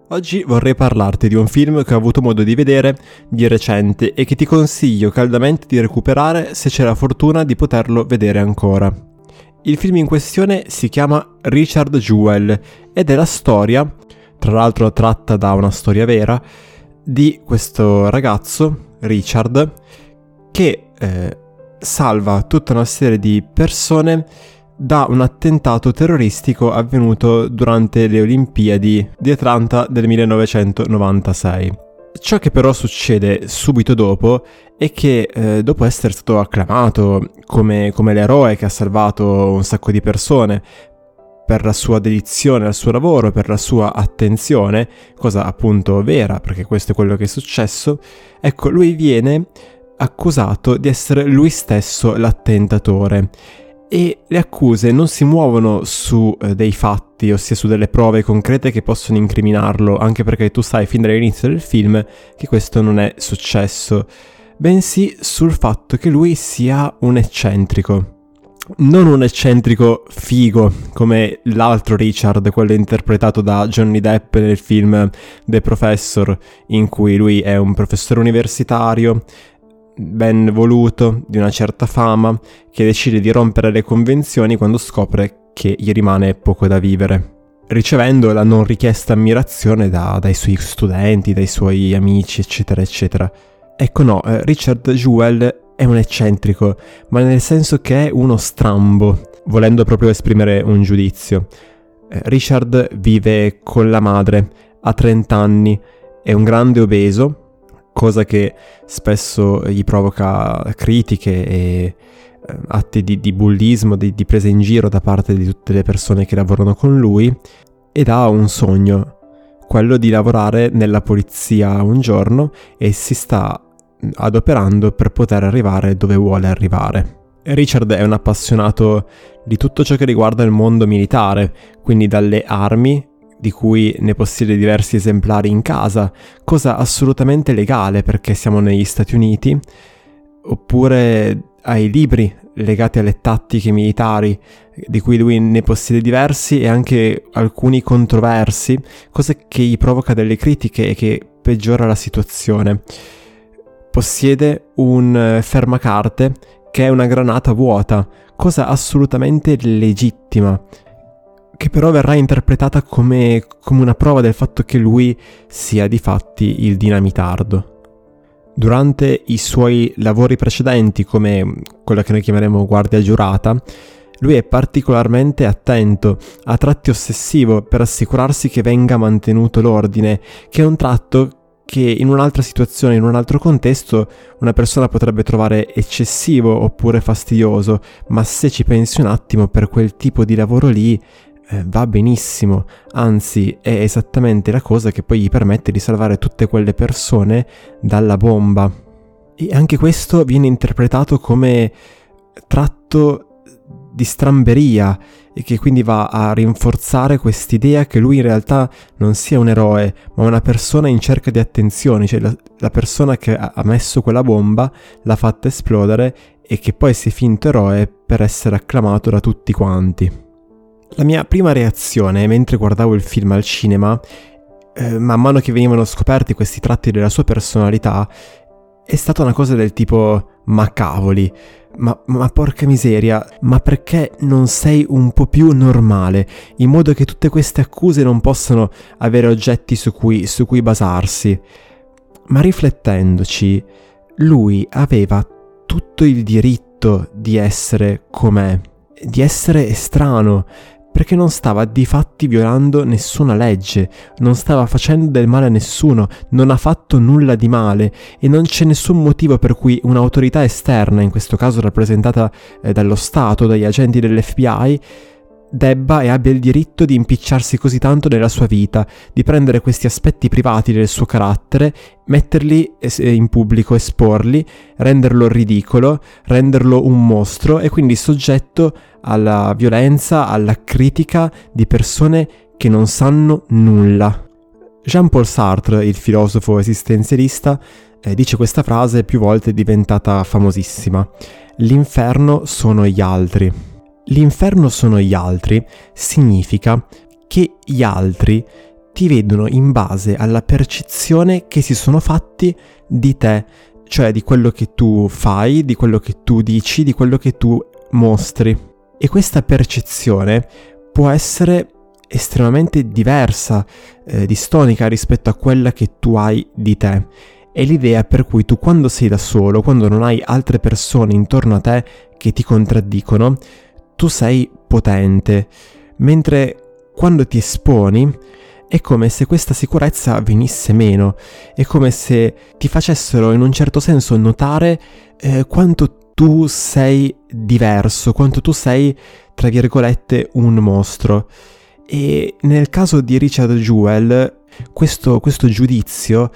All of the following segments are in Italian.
Oggi vorrei parlarti di un film che ho avuto modo di vedere di recente e che ti consiglio caldamente di recuperare se c'è la fortuna di poterlo vedere ancora. Il film in questione si chiama Richard Jewell ed è la storia, tra l'altro tratta da una storia vera, di questo ragazzo, Richard, che salva tutta una serie di persone da un attentato terroristico avvenuto durante le Olimpiadi di Atlanta del 1996. Ciò che però succede subito dopo è che dopo essere stato acclamato come l'eroe che ha salvato un sacco di persone per la sua dedizione al suo lavoro, per la sua attenzione, cosa appunto vera, perché questo è quello che è successo, ecco, lui viene accusato di essere lui stesso l'attentatore. E le accuse non si muovono su dei fatti, ossia su delle prove concrete che possono incriminarlo, anche perché tu sai fin dall'inizio del film che questo non è successo, bensì sul fatto che lui sia un eccentrico. Non un eccentrico figo, come l'altro Richard, quello interpretato da Johnny Depp nel film The Professor, in cui lui è un professore universitario, ben voluto, di una certa fama, che decide di rompere le convenzioni quando scopre che gli rimane poco da vivere, ricevendo la non richiesta ammirazione dai suoi studenti, dai suoi amici, eccetera, eccetera. Ecco no, Richard Jewell è un eccentrico, ma nel senso che è uno strambo, volendo proprio esprimere un giudizio. Richard vive con la madre, ha 30 anni, è un grande obeso, cosa che spesso gli provoca critiche e atti di bullismo, di presa in giro da parte di tutte le persone che lavorano con lui, ed ha un sogno, quello di lavorare nella polizia un giorno, e si sta adoperando per poter arrivare dove vuole arrivare. Richard è un appassionato di tutto ciò che riguarda il mondo militare, quindi dalle armi, di cui ne possiede diversi esemplari in casa, cosa assolutamente legale perché siamo negli Stati Uniti, oppure ai libri legati alle tattiche militari, di cui lui ne possiede diversi e anche alcuni controversi, cosa che gli provoca delle critiche e che peggiora la situazione. Possiede un fermacarte che è una granata vuota, cosa assolutamente legittima, che però verrà interpretata come una prova del fatto che lui sia di fatti il dinamitardo. Durante i suoi lavori precedenti, come quella che noi chiameremo guardia giurata, lui è particolarmente attento, a tratti ossessivo, per assicurarsi che venga mantenuto l'ordine, che è un tratto che in un'altra situazione, in un altro contesto, una persona potrebbe trovare eccessivo oppure fastidioso, ma se ci pensi un attimo, per quel tipo di lavoro lì va benissimo, anzi è esattamente la cosa che poi gli permette di salvare tutte quelle persone dalla bomba. E anche questo viene interpretato come tratto di stramberia e che quindi va a rinforzare quest'idea che lui in realtà non sia un eroe, ma una persona in cerca di attenzioni, cioè la persona che ha messo quella bomba, l'ha fatta esplodere e che poi si è finto eroe per essere acclamato da tutti quanti. La mia prima reazione mentre guardavo il film al cinema, man mano che venivano scoperti questi tratti della sua personalità, è stata una cosa del tipo: ma cavoli, ma porca miseria, ma perché non sei un po' più normale, in modo che tutte queste accuse non possano avere oggetti su cui basarsi? Ma riflettendoci, lui aveva tutto il diritto di essere com'è, di essere strano, perché non stava di fatti violando nessuna legge, non stava facendo del male a nessuno, non ha fatto nulla di male e non c'è nessun motivo per cui un'autorità esterna, in questo caso rappresentata dallo Stato, dagli agenti dell'FBI, debba e abbia il diritto di impicciarsi così tanto nella sua vita, di prendere questi aspetti privati del suo carattere, metterli in pubblico, esporli, renderlo ridicolo, renderlo un mostro e quindi soggetto alla violenza, alla critica di persone che non sanno nulla. Jean-Paul Sartre, il filosofo esistenzialista, dice questa frase più volte, è diventata famosissima: l'inferno sono gli altri. L'inferno sono gli altri significa che gli altri ti vedono in base alla percezione che si sono fatti di te, cioè di quello che tu fai, di quello che tu dici, di quello che tu mostri. E questa percezione può essere estremamente diversa, distonica rispetto a quella che tu hai di te. È l'idea per cui tu, quando sei da solo, quando non hai altre persone intorno a te che ti contraddicono, tu sei potente, mentre quando ti esponi è come se questa sicurezza venisse meno, è come se ti facessero in un certo senso notare quanto tu sei diverso, quanto tu sei, tra virgolette, un mostro. E nel caso di Richard Jewell, questo giudizio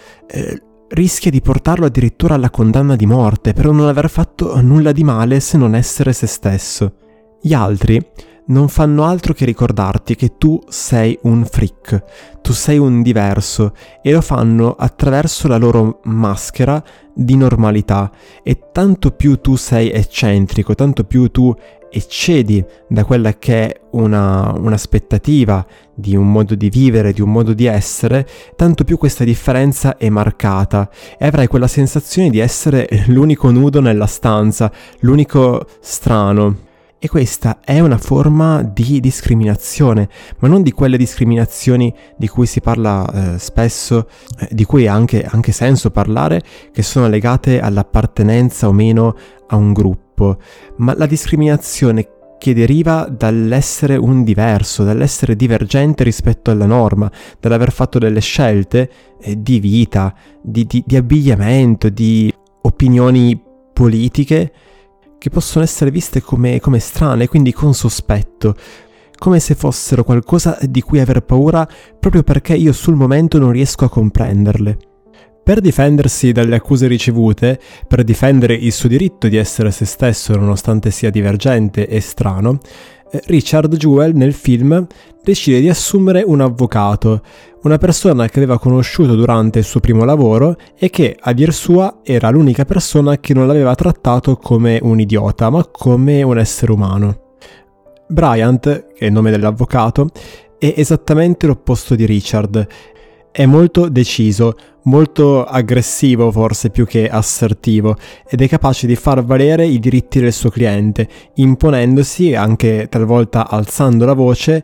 rischia di portarlo addirittura alla condanna di morte per non aver fatto nulla di male se non essere se stesso. Gli altri non fanno altro che ricordarti che tu sei un freak, tu sei un diverso, e lo fanno attraverso la loro maschera di normalità. E tanto più tu sei eccentrico, tanto più tu eccedi da quella che è un'aspettativa di un modo di vivere, di un modo di essere, tanto più questa differenza è marcata e avrai quella sensazione di essere l'unico nudo nella stanza, l'unico strano. E questa è una forma di discriminazione, ma non di quelle discriminazioni di cui si parla spesso, di cui ha anche senso parlare, che sono legate all'appartenenza o meno a un gruppo, ma la discriminazione che deriva dall'essere un diverso, dall'essere divergente rispetto alla norma, dall'aver fatto delle scelte di vita, di abbigliamento, di opinioni politiche, che possono essere viste come strane, quindi con sospetto, come se fossero qualcosa di cui aver paura proprio perché io sul momento non riesco a comprenderle. Per difendersi dalle accuse ricevute, per difendere il suo diritto di essere se stesso nonostante sia divergente e strano, Richard Jewell nel film decide di assumere un avvocato, una persona che aveva conosciuto durante il suo primo lavoro e che, a dir sua, era l'unica persona che non l'aveva trattato come un idiota, ma come un essere umano. Bryant, che è il nome dell'avvocato, è esattamente l'opposto di Richard. È molto deciso, molto aggressivo forse più che assertivo, ed è capace di far valere i diritti del suo cliente, imponendosi, anche talvolta alzando la voce,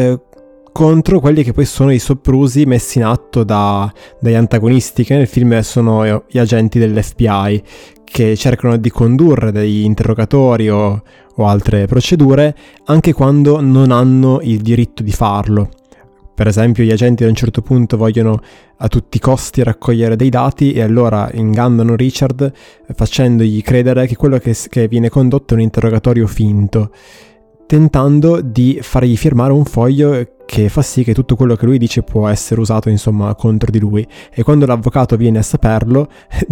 contro quelli che poi sono i soprusi messi in atto dagli antagonisti, che nel film sono gli agenti dell'FBI, che cercano di condurre degli interrogatori o altre procedure anche quando non hanno il diritto di farlo. Per esempio, gli agenti a un certo punto vogliono a tutti i costi raccogliere dei dati e allora ingannano Richard facendogli credere che quello che viene condotto è un interrogatorio finto, tentando di fargli firmare un foglio che fa sì che tutto quello che lui dice può essere usato, insomma, contro di lui. E quando l'avvocato viene a saperlo,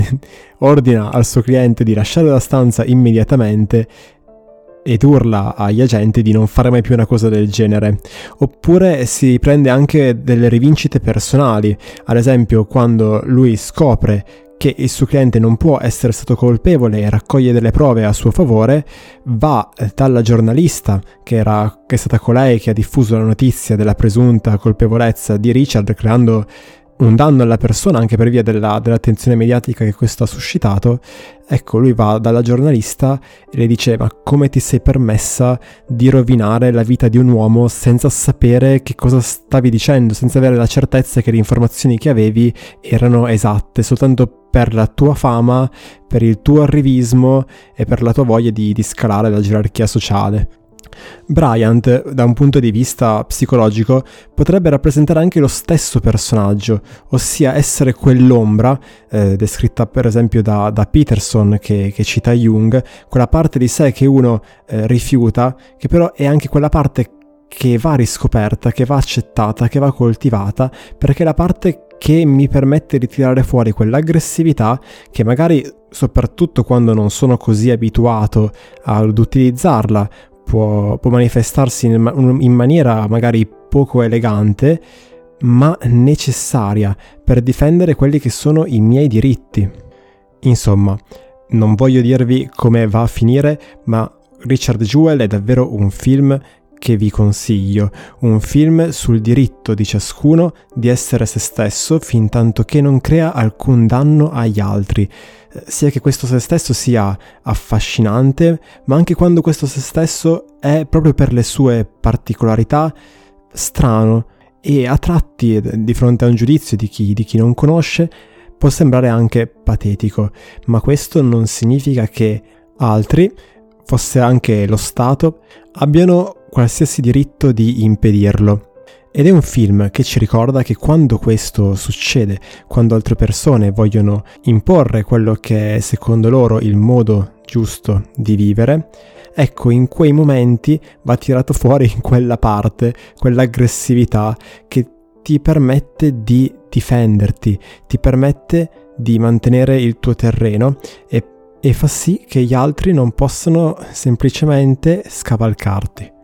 ordina al suo cliente di lasciare la stanza immediatamente ed urla agli agenti di non fare mai più una cosa del genere. Oppure si prende anche delle rivincite personali, ad esempio quando lui scopre che il suo cliente non può essere stato colpevole e raccoglie delle prove a suo favore, va dalla giornalista che è stata colei che ha diffuso la notizia della presunta colpevolezza di Richard, creando un danno alla persona anche per via dell'attenzione mediatica che questo ha suscitato. Ecco, lui va dalla giornalista e le dice: ma come ti sei permessa di rovinare la vita di un uomo senza sapere che cosa stavi dicendo, senza avere la certezza che le informazioni che avevi erano esatte, soltanto per la tua fama, per il tuo arrivismo e per la tua voglia di scalare la gerarchia sociale. Bryant, da un punto di vista psicologico, potrebbe rappresentare anche lo stesso personaggio, ossia essere quell'ombra, descritta per esempio da Peterson che cita Jung, quella parte di sé che uno rifiuta, che però è anche quella parte che va riscoperta, che va accettata, che va coltivata, perché è la parte che mi permette di tirare fuori quell'aggressività che magari, soprattutto quando non sono così abituato ad utilizzarla, può manifestarsi in maniera magari poco elegante, ma necessaria per difendere quelli che sono i miei diritti. Insomma, non voglio dirvi come va a finire, ma Richard Jewell è davvero un film che vi consiglio, un film sul diritto di ciascuno di essere se stesso fintanto che non crea alcun danno agli altri, sia che questo se stesso sia affascinante, ma anche quando questo se stesso è, proprio per le sue particolarità, strano e a tratti, di fronte a un giudizio di chi non conosce, può sembrare anche patetico, ma questo non significa che altri, fosse anche lo Stato, abbiano qualsiasi diritto di impedirlo. Ed è un film che ci ricorda che quando questo succede, quando altre persone vogliono imporre quello che è secondo loro il modo giusto di vivere, ecco, in quei momenti va tirato fuori quella parte, quell'aggressività che ti permette di difenderti, ti permette di mantenere il tuo terreno e fa sì che gli altri non possano semplicemente scavalcarti.